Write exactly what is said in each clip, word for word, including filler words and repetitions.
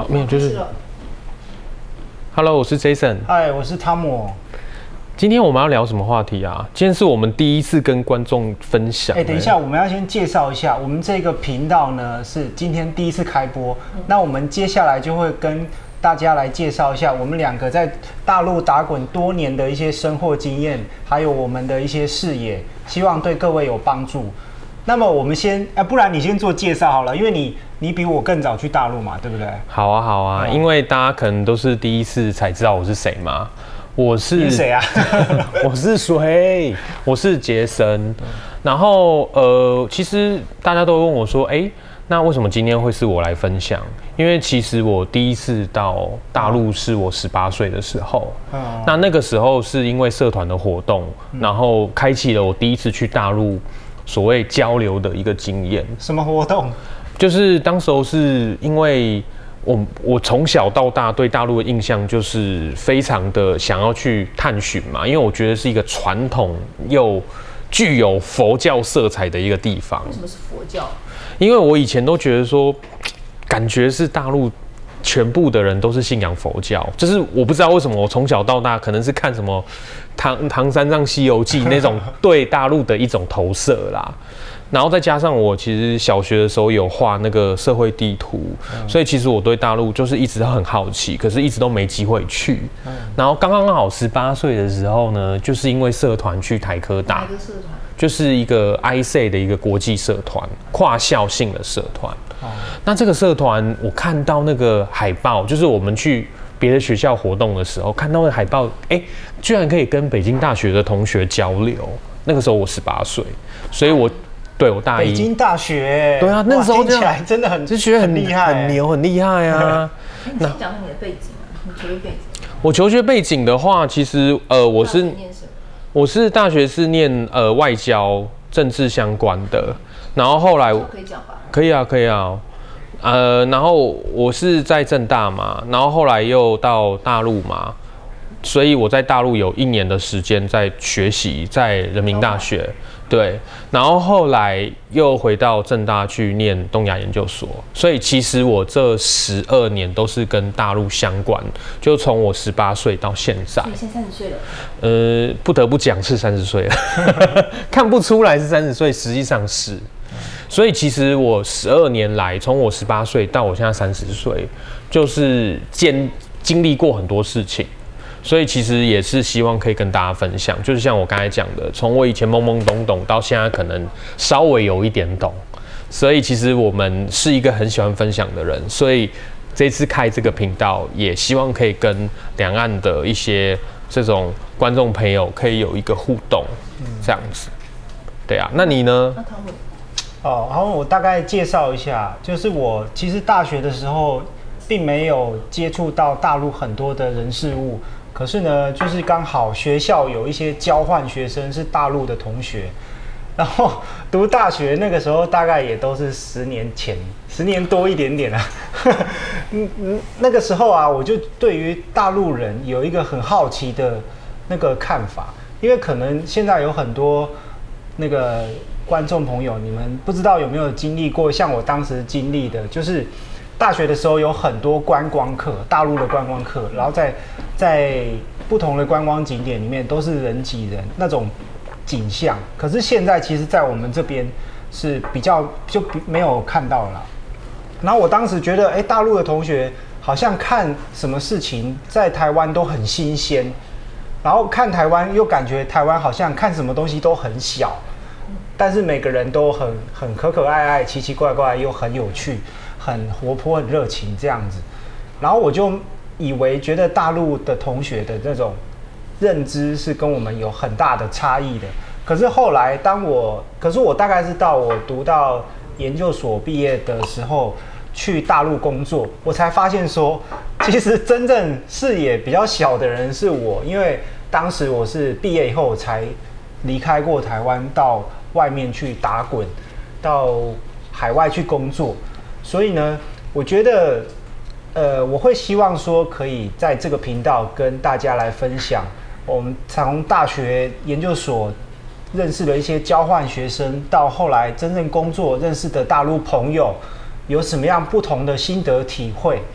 好，没有就是。Hello， 我是 Jason。 嗨，我是汤姆。 今天我们要聊什么话题啊？今天是我们第一次跟观众分享。 哎、欸，等一下，我们要先介绍一下，我们这个频道呢是今天第一次开播。嗯、那我们接下来就会跟大家来介绍一下我们两个在大陆打滚多年的一些生活经验，还有我们的一些视野，希望对各位有帮助。那么我们先，啊，不然你先做介绍好了，因为你你比我更早去大陆嘛，对不对？ 好啊，好啊，嗯、因为大家可能都是第一次才知道我是谁嘛。我是谁啊？ 我是谁？我是杰森。然后呃，其实大家都问我说，哎、欸，那为什么今天会是我来分享？因为其实我第一次到大陆是我十八岁的时候。嗯、那那个时候是因为社团的活动，然后开启了我第一次去大陆所谓交流的一个经验。 什么活动？ 就是当时候是因为。我我从小到大对大陆的印象就是非常的想要去探寻嘛，因为我觉得是一个传统又具有佛教色彩的一个地方。 为什么是佛教？ 因为我以前都觉得说，感觉是大陆全部的人都是信仰佛教，就是我不知道为什么我从小到大可能是看什么唐唐三藏西游记那种对大陆的一种投射啦。然后再加上我其实小学的时候有画那个社会地图，嗯、所以其实我对大陆就是一直都很好奇，可是一直都没机会去。嗯、然后刚刚好十八岁的时候呢，就是因为社团去台科大， 哪个社团？ 就是一个 I C 的一个国际社团，跨校性的社团。哦、那这个社团我看到那个海报，就是我们去别的学校活动的时候看到那个海报，哎，居然可以跟北京大学的同学交流。那个时候我十八岁，所以我。对我大一， 北京大学， 对啊，那时候听起来真的很就觉得很厉害， 很牛，很厉害啊。 你先讲你的背景啊，你求学背景。 我求学背景的话，其实呃，我是我是大学是念呃外交政治相关的，然后后来可以讲吧？ 可以啊，可以啊。呃，然后我是在政大嘛，然后后来又到大陆嘛，所以我在大陆有一年的时间在学习，在人民大学。对，然后后来又回到政大去念东亚研究所，所以其实我这十二年都是跟大陆相关，就从我十八岁到现在。 你现在三十岁了？ 呃，不得不讲是三十岁了，看不出来是三十岁，实际上是。所以其实我十二年来，从我十八岁到我现在三十岁，就是经经历过很多事情。所以其实也是希望可以跟大家分享，就是像我刚才讲的，从我以前懵懵懂懂到现在可能稍微有一点懂，所以其实我们是一个很喜欢分享的人，所以这次开这个频道也希望可以跟两岸的一些这种观众朋友可以有一个互动，这样子。对啊，那你呢？ 那汤姆， 哦，然后我大概介绍一下，就是我其实大学的时候并没有接触到大陆很多的人事物。可是呢，就是刚好学校有一些交换学生是大陆的同学，然后读大学那个时候大概也都是十年前，十年多一点点啊。嗯嗯，那个时候啊，我就对于大陆人有一个很好奇的那个看法，因为可能现在有很多那个观众朋友，你们不知道有没有经历过像我当时经历的，就是。大学的时候有很多观光客，大陆的观光客，然后在在不同的观光景点里面都是人挤人那种景象。可是现在其实，在我们这边是比较就没有看到了啦。然后我当时觉得，哎，大陆的同学好像看什么事情在台湾都很新鲜，然后看台湾又感觉台湾好像看什么东西都很小，但是每个人都很很可可爱爱、奇奇怪怪又很有趣。很活泼、很热情这样子，然后我就以为觉得大陆的同学的那种认知是跟我们有很大的差异的。可是后来，当我，可是我大概是到我读到研究所毕业的时候，去大陆工作，我才发现说，其实真正视野比较小的人是我，因为当时我是毕业以后才离开过台湾，到外面去打滚，到海外去工作。所以呢，我觉得，呃，我会希望说，可以在这个频道跟大家来分享，我们从大学研究所认识的一些交换学生，到后来真正工作认识的大陆朋友，有什么样不同的心得体会。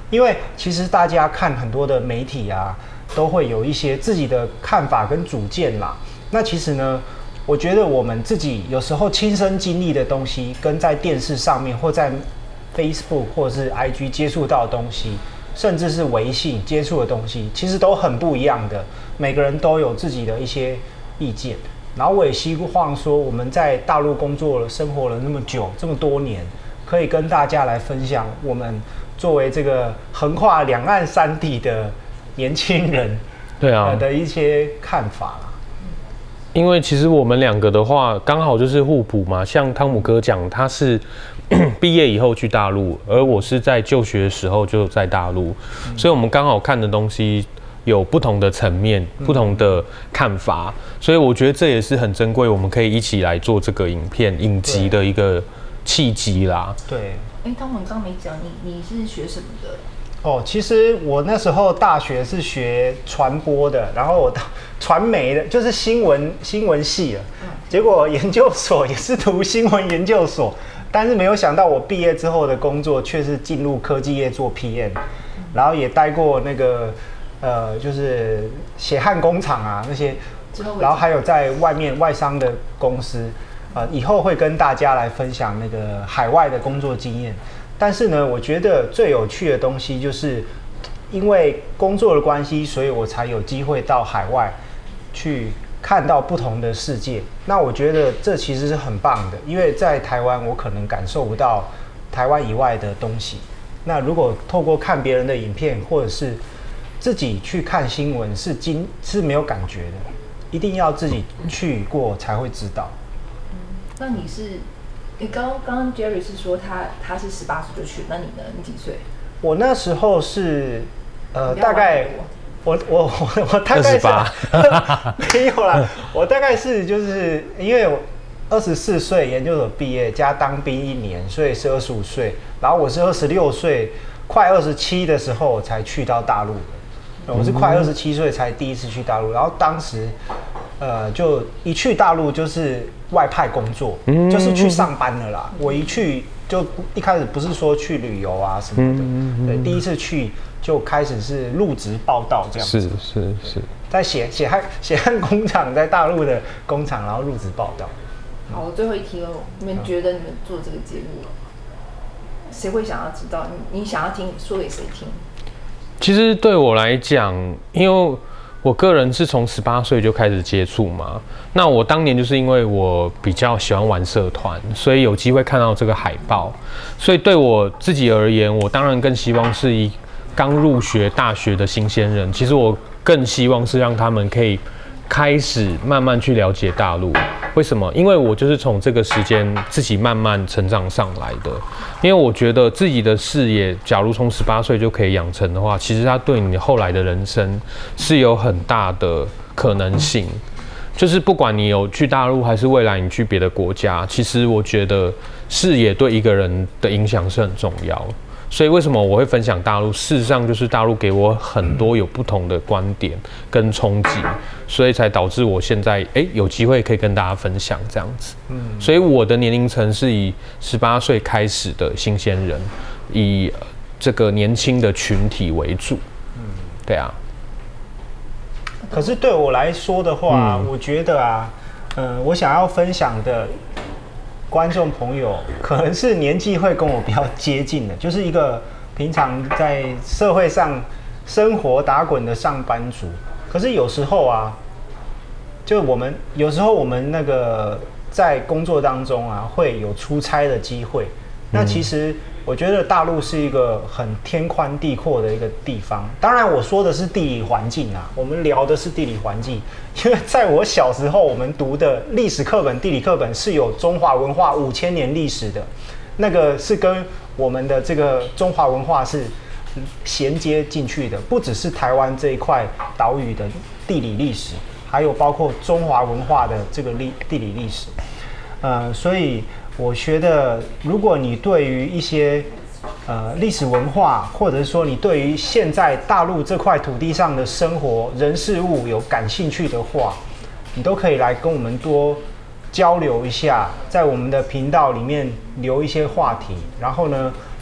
因为其实大家看很多的媒体啊，都会有一些自己的看法跟主见啦。那其实呢，我觉得我们自己有时候亲身经历的东西，跟在电视上面或在 Facebook 或者是 I G 接触到的东西，甚至是微信接触的东西，其实都很不一样的。每个人都有自己的一些意见。然后我也希望说，我们在大陆工作了、生活了那么久、这么多年，可以跟大家来分享我们作为这个横跨两岸三地的年轻人， 对啊、 呃、的一些看法啦。 因为其实我们两个的话，刚好就是互补嘛。像汤姆哥讲，他是毕业以后去大陆，而我是在就学的时候就在大陆，嗯、所以我们刚好看的东西有不同的层面、嗯、不同的看法，所以我觉得这也是很珍贵，我们可以一起来做这个影片影集的一个契机啦。 对。 哎，汤姆刚没讲，你你是学什么的？ 哦，其实我那时候大学是学传播的，然后我传媒的，就是新闻新闻系了。嗯、结果研究所也是读新闻研究所，但是没有想到我毕业之后的工作却是进入科技业做 P M，、嗯、然后也待过那个呃，就是血汗工厂啊那些，然后还有在外面外商的公司，呃，以后会跟大家来分享那个海外的工作经验。但是呢，我觉得最有趣的东西就是，因为工作的关系，所以我才有机会到海外去看到不同的世界。那我觉得这其实是很棒的，因为在台湾我可能感受不到台湾以外的东西。那如果透过看别人的影片，或者是自己去看新闻，是经是没有感觉的，一定要自己去过才会知道。 嗯，那你是？你刚刚刚 Jerry 是说他他是十八岁就去，那你呢？你几岁？ 我那时候是呃大概我我我我大概是没有啦，我大概是就是因为我二十四岁研究所毕业加当兵一年，所以是二十五岁，然后我是二十六岁快二十七的时候才去到大陆的，我是快二十七岁才第一次去大陆，然后当时呃就一去大陆就是外派工作，嗯、就是去上班了啦。我一去就一开始不是说去旅游啊什么的，嗯、对，第一次去就开始是入职报道这样子。 是是是， 在血血汗血汗工厂，在大陆的工厂，然后入职报道。 好，最后一题了，你们觉得你们做这个节目，谁会想要知道？你你想要听，说给谁听？ 其实对我来讲，因为我个人是从十八岁就开始接触嘛，那我当年就是因为我比较喜欢玩社团，所以有机会看到这个海报，所以对我自己而言，我当然更希望是一刚入学大学的新鲜人，其实我更希望是让他们可以开始慢慢去了解大陆。为什么？因为我就是从这个时间自己慢慢成长上来的。因为我觉得自己的视野，假如从十八岁就可以养成的话，其实它对你后来的人生是有很大的可能性。就是不管你有去大陆，还是未来你去别的国家，其实我觉得视野对一个人的影响是很重要。所以为什么我会分享大陆？事实上就是大陆给我很多有不同的观点跟冲击，所以才导致我现在哎有机会可以跟大家分享这样子。嗯，所以我的年龄层是以十八岁开始的新鲜人，以这个年轻的群体为主。嗯，对啊。 可是对我来说的话，嗯、我觉得啊，呃，我想要分享的观众朋友可能是年纪会跟我比较接近的，就是一个平常在社会上生活打滚的上班族。可是有时候啊，就我们有时候我们那个在工作当中啊，会有出差的机会。那其实我觉得大陆是一个很天宽地阔的一个地方。当然我说的是地理环境啊，我们聊的是地理环境。因为在我小时候，我们读的历史课本、地理课本是有中华文化五千年历史的，那个是跟我们的这个中华文化是衔接进去的，不只是台湾这一块岛屿的地理历史，还有包括中华文化的这个历地理历史。呃，所以我觉得，如果你对于一些呃历史文化，或者是说你对于现在大陆这块土地上的生活人事物有感兴趣的话，你都可以来跟我们多交流一下，在我们的频道里面留一些话题，然后呢，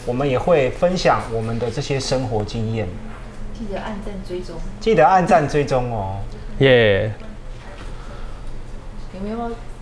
我们也会分享我们的这些生活经验。 记得按赞追踪， 记得按赞追踪哦。 耶、 有没有